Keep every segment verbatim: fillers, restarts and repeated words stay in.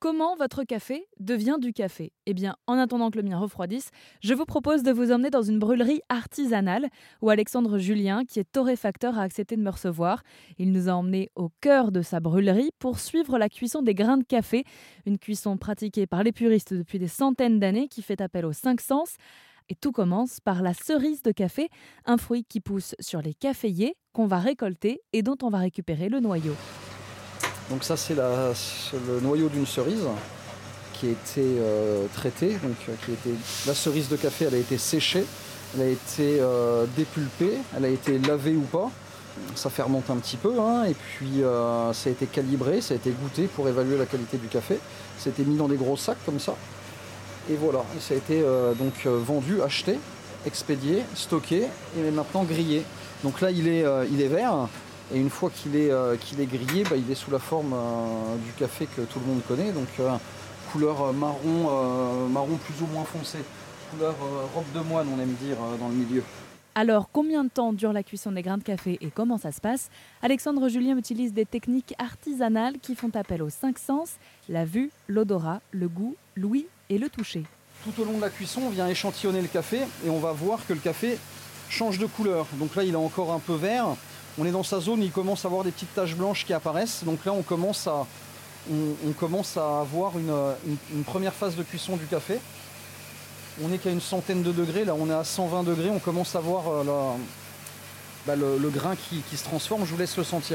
Comment votre café devient du café ? Eh bien, en attendant que le mien refroidisse, je vous propose de vous emmener dans une brûlerie artisanale où Alexandre Julien, qui est torréfacteur, a accepté de me recevoir. Il nous a emmenés au cœur de sa brûlerie pour suivre la cuisson des grains de café, une cuisson pratiquée par les puristes depuis des centaines d'années qui fait appel aux cinq sens. Et tout commence par la cerise de café, un fruit qui pousse sur les caféiers qu'on va récolter et dont on va récupérer le noyau. Donc ça c'est, la, c'est le noyau d'une cerise qui a été euh, traitée. Donc, euh, qui a été, la cerise de café elle a été séchée, elle a été euh, dépulpée, elle a été lavée ou pas. Ça fermente un petit peu hein, et puis euh, ça a été calibré, ça a été goûté pour évaluer la qualité du café. Ça a été mis dans des gros sacs comme ça. Et voilà, et ça a été euh, donc euh, vendu, acheté, expédié, stocké et maintenant grillé. Donc là il est, euh, il est vert. Et une fois qu'il est, euh, qu'il est grillé, bah, il est sous la forme euh, du café que tout le monde connaît, donc euh, couleur marron, euh, marron plus ou moins foncé, couleur euh, robe de moine on aime dire euh, dans le milieu. Alors, combien de temps dure la cuisson des grains de café et comment ça se passe ? Alexandre Julien utilise des techniques artisanales qui font appel aux cinq sens, la vue, l'odorat, le goût, l'ouïe et le toucher. Tout au long de la cuisson, on vient échantillonner le café et on va voir que le café change de couleur. Donc là, il est encore un peu vert. On est dans sa zone, il commence à avoir des petites taches blanches qui apparaissent. Donc là, on commence à, on, on commence à avoir une, une, une première phase de cuisson du café. On n'est qu'à une centaine de degrés. Là, on est à cent vingt degrés. On commence à voir euh, la, bah, le, le grain qui, qui se transforme. Je vous laisse le sentir.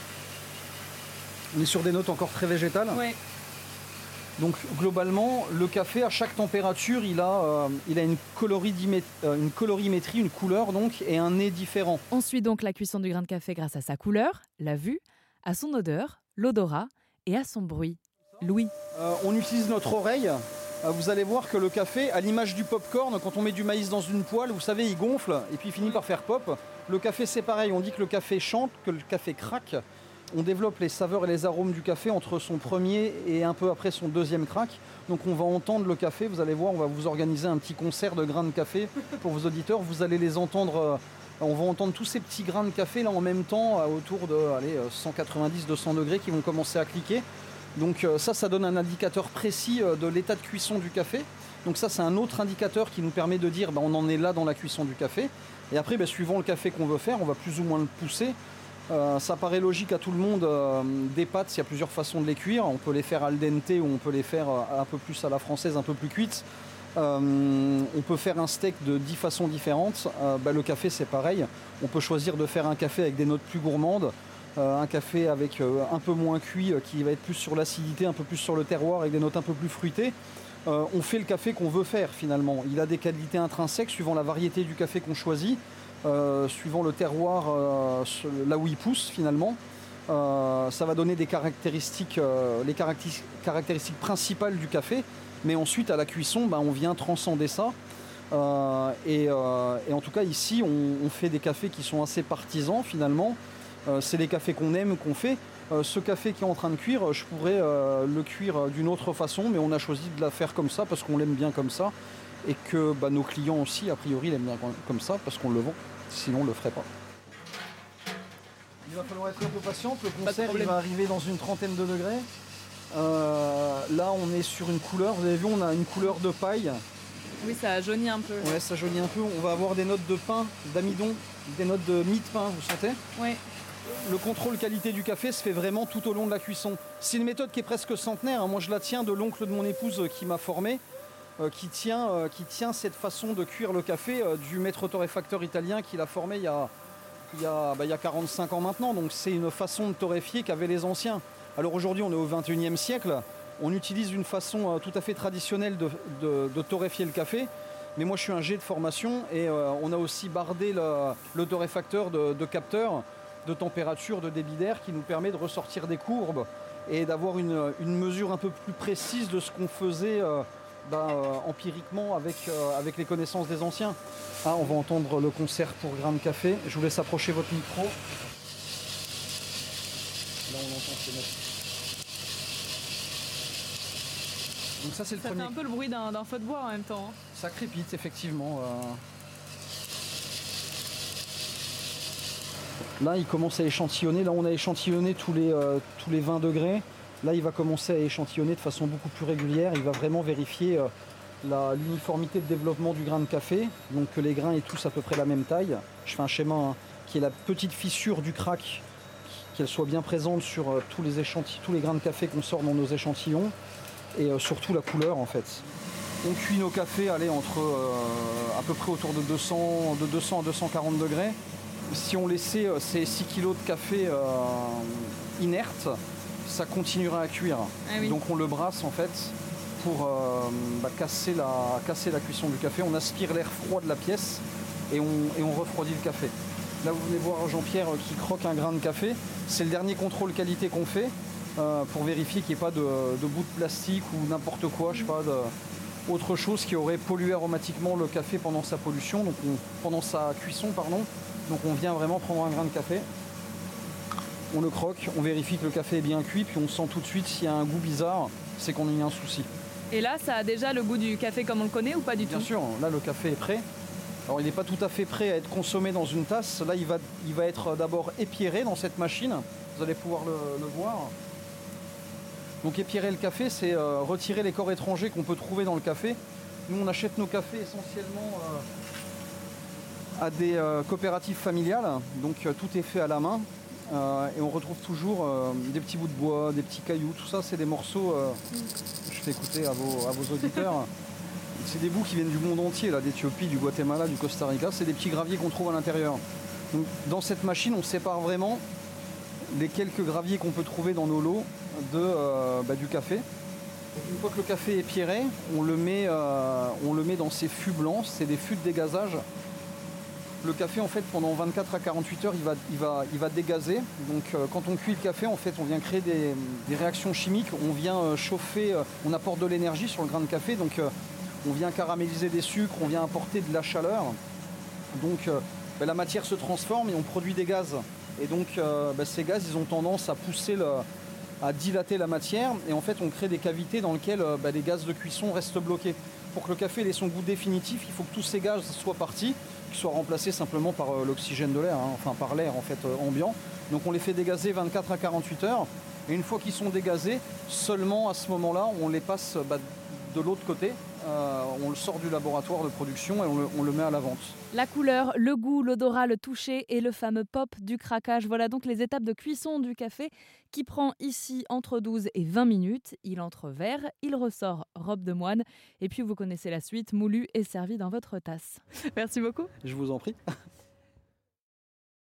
On est sur des notes encore très végétales. Ouais. Donc globalement, le café à chaque température, il a, euh, il a une, colorimétrie, une colorimétrie, une couleur donc, et un nez différent. On suit donc la cuisson du grain de café grâce à sa couleur, la vue, à son odeur, l'odorat et à son bruit, l'ouïe. Euh, on utilise notre oreille. Euh, vous allez voir que le café, à l'image du pop-corn, quand on met du maïs dans une poêle, vous savez, il gonfle et puis il finit par faire pop. Le café, c'est pareil. On dit que le café chante, que le café craque. On développe les saveurs et les arômes du café entre son premier et un peu après son deuxième crack. Donc on va entendre le café, vous allez voir, on va vous organiser un petit concert de grains de café pour vos auditeurs. Vous allez les entendre, on va entendre tous ces petits grains de café là en même temps, autour de allez, cent quatre-vingt-dix à deux cents degrés qui vont commencer à cliquer. Donc ça, ça donne un indicateur précis de l'état de cuisson du café. Donc ça, c'est un autre indicateur qui nous permet de dire bah, on en est là dans la cuisson du café. Et après, bah, suivant le café qu'on veut faire, on va plus ou moins le pousser. Euh, ça paraît logique à tout le monde, euh, des pâtes, il y a plusieurs façons de les cuire. On peut les faire al dente ou on peut les faire euh, un peu plus à la française, un peu plus cuites. Euh, on peut faire un steak de dix façons différentes. Euh, bah, le café c'est pareil. On peut choisir de faire un café avec des notes plus gourmandes, euh, un café avec euh, un peu moins cuit euh, qui va être plus sur l'acidité, un peu plus sur le terroir avec des notes un peu plus fruitées. Euh, on fait le café qu'on veut faire finalement. Il a des qualités intrinsèques suivant la variété du café qu'on choisit. Euh, suivant le terroir, euh, là où il pousse finalement, euh, ça va donner des caractéristiques, euh, les caractéristiques, caractéristiques principales du café, mais ensuite à la cuisson, bah, on vient transcender ça. Euh, et, euh, et en tout cas ici, on, on fait des cafés qui sont assez partisans finalement. Euh, c'est les cafés qu'on aime, qu'on fait. Euh, ce café qui est en train de cuire, je pourrais euh, le cuire d'une autre façon, mais on a choisi de la faire comme ça parce qu'on l'aime bien comme ça. Et que bah, nos clients aussi, a priori, l'aiment bien comme ça parce qu'on le vend. Sinon, on ne le ferait pas. Il va falloir être un peu patient. Le concert il va arriver dans une trentaine de degrés. Euh, là, on est sur une couleur. Vous avez vu, on a une couleur de paille. Oui, ça jaunit un peu. Ouais, ça jaunit un peu. On va avoir des notes de pain, d'amidon, des notes de mie de pain, vous sentez ? Oui. Le contrôle qualité du café se fait vraiment tout au long de la cuisson. C'est une méthode qui est presque centenaire. Hein. Moi, je la tiens de l'oncle de mon épouse qui m'a formé. Euh, qui, tient, euh, qui tient cette façon de cuire le café euh, du maître torréfacteur italien qui l'a formé il y a, il y a, bah, il y a quarante-cinq ans maintenant. Donc c'est une façon de torréfier qu'avaient les anciens. Alors aujourd'hui on est au vingt et unième siècle, on utilise une façon euh, tout à fait traditionnelle de, de, de torréfier le café. Mais moi je suis un G de formation et euh, on a aussi bardé le, le torréfacteur de, de capteurs, de température, de débit d'air qui nous permet de ressortir des courbes et d'avoir une, une mesure un peu plus précise de ce qu'on faisait euh, Ben, euh, empiriquement avec, euh, avec les connaissances des anciens. Ah, on va entendre le concert pour grains de café. Je vous laisse approcher votre micro. Là on entend ces notes. Donc ça c'est le ça premier. Ça fait un peu le bruit d'un, d'un feu de bois en même temps. Ça crépite effectivement. Euh... Là il commence à échantillonner. Là on a échantillonné tous les, euh, tous les vingt degrés. Là, il va commencer à échantillonner de façon beaucoup plus régulière. Il va vraiment vérifier euh, la, l'uniformité de développement du grain de café, donc que les grains aient tous à peu près la même taille. Je fais un schéma hein, qui est la petite fissure du crack, qu'elle soit bien présente sur euh, tous les échantillons, tous les grains de café qu'on sort dans nos échantillons, et euh, surtout la couleur en fait. On cuit nos cafés allez, entre euh, à peu près autour de deux cents, de deux cents à deux cent quarante degrés. Si on laissait euh, ces six kilos de café euh, inertes, ça continuera à cuire. Ah oui. Donc on le brasse en fait pour euh, bah, casser, la, casser la cuisson du café. On aspire l'air froid de la pièce et on, et on refroidit le café. Là vous venez voir Jean-Pierre qui croque un grain de café. C'est le dernier contrôle qualité qu'on fait euh, pour vérifier qu'il n'y ait pas de, de bout de plastique ou n'importe quoi, je sais pas, de, autre chose qui aurait pollué aromatiquement le café pendant sa pollution, donc on, pendant sa cuisson pardon. Donc on vient vraiment prendre un grain de café, on le croque, on vérifie que le café est bien cuit, puis on sent tout de suite s'il y a un goût bizarre, c'est qu'on a eu un souci. Et là, ça a déjà le goût du café comme on le connaît ou pas du Bien tout? sûr, là le café est prêt. Alors il n'est pas tout à fait prêt à être consommé dans une tasse. Là il va, il va être d'abord épierré dans cette machine, vous allez pouvoir le, le voir. Donc épierrer le café, c'est euh, retirer les corps étrangers qu'on peut trouver dans le café. Nous on achète nos cafés essentiellement euh, à des euh, coopératives familiales, donc euh, tout est fait à la main. Euh, et on retrouve toujours euh, des petits bouts de bois, des petits cailloux, tout ça c'est des morceaux, euh, je fais écouter à vos, à vos auditeurs, c'est des bouts qui viennent du monde entier, là, d'Éthiopie, du Guatemala, du Costa Rica, c'est des petits graviers qu'on trouve à l'intérieur. Donc, dans cette machine on sépare vraiment les quelques graviers qu'on peut trouver dans nos lots de, euh, bah, du café. Donc, une fois que le café est pierré, on le met, euh, on le met dans ces fûts blancs, c'est des fûts de dégazage. Le café en fait pendant vingt-quatre à quarante-huit heures il va, il va, il va dégazer. Donc euh, quand on cuit le café en fait on vient créer des, des réactions chimiques, on vient euh, chauffer, euh, on apporte de l'énergie sur le grain de café, donc euh, on vient caraméliser des sucres, on vient apporter de la chaleur. Donc euh, bah, la matière se transforme et on produit des gaz. Et donc euh, bah, ces gaz ils ont tendance à pousser le, à dilater la matière et en fait on crée des cavités dans lesquelles euh, bah, les gaz de cuisson restent bloqués. Pour que le café ait son goût définitif, il faut que tous ces gaz soient partis, qu'ils soient remplacés simplement par euh, l'oxygène de l'air, hein, enfin par l'air en fait euh, ambiant. Donc on les fait dégazer vingt-quatre à quarante-huit heures et une fois qu'ils sont dégazés, seulement à ce moment-là on les passe bah, de l'autre côté, euh, on le sort du laboratoire de production et on le, on le met à la vente. La couleur, le goût, l'odorat, le toucher et le fameux pop du craquage. Voilà donc les étapes de cuisson du café qui prend ici entre douze et vingt minutes. Il entre vert, il ressort robe de moine et puis vous connaissez la suite, moulu et servi dans votre tasse. Merci beaucoup. Je vous en prie.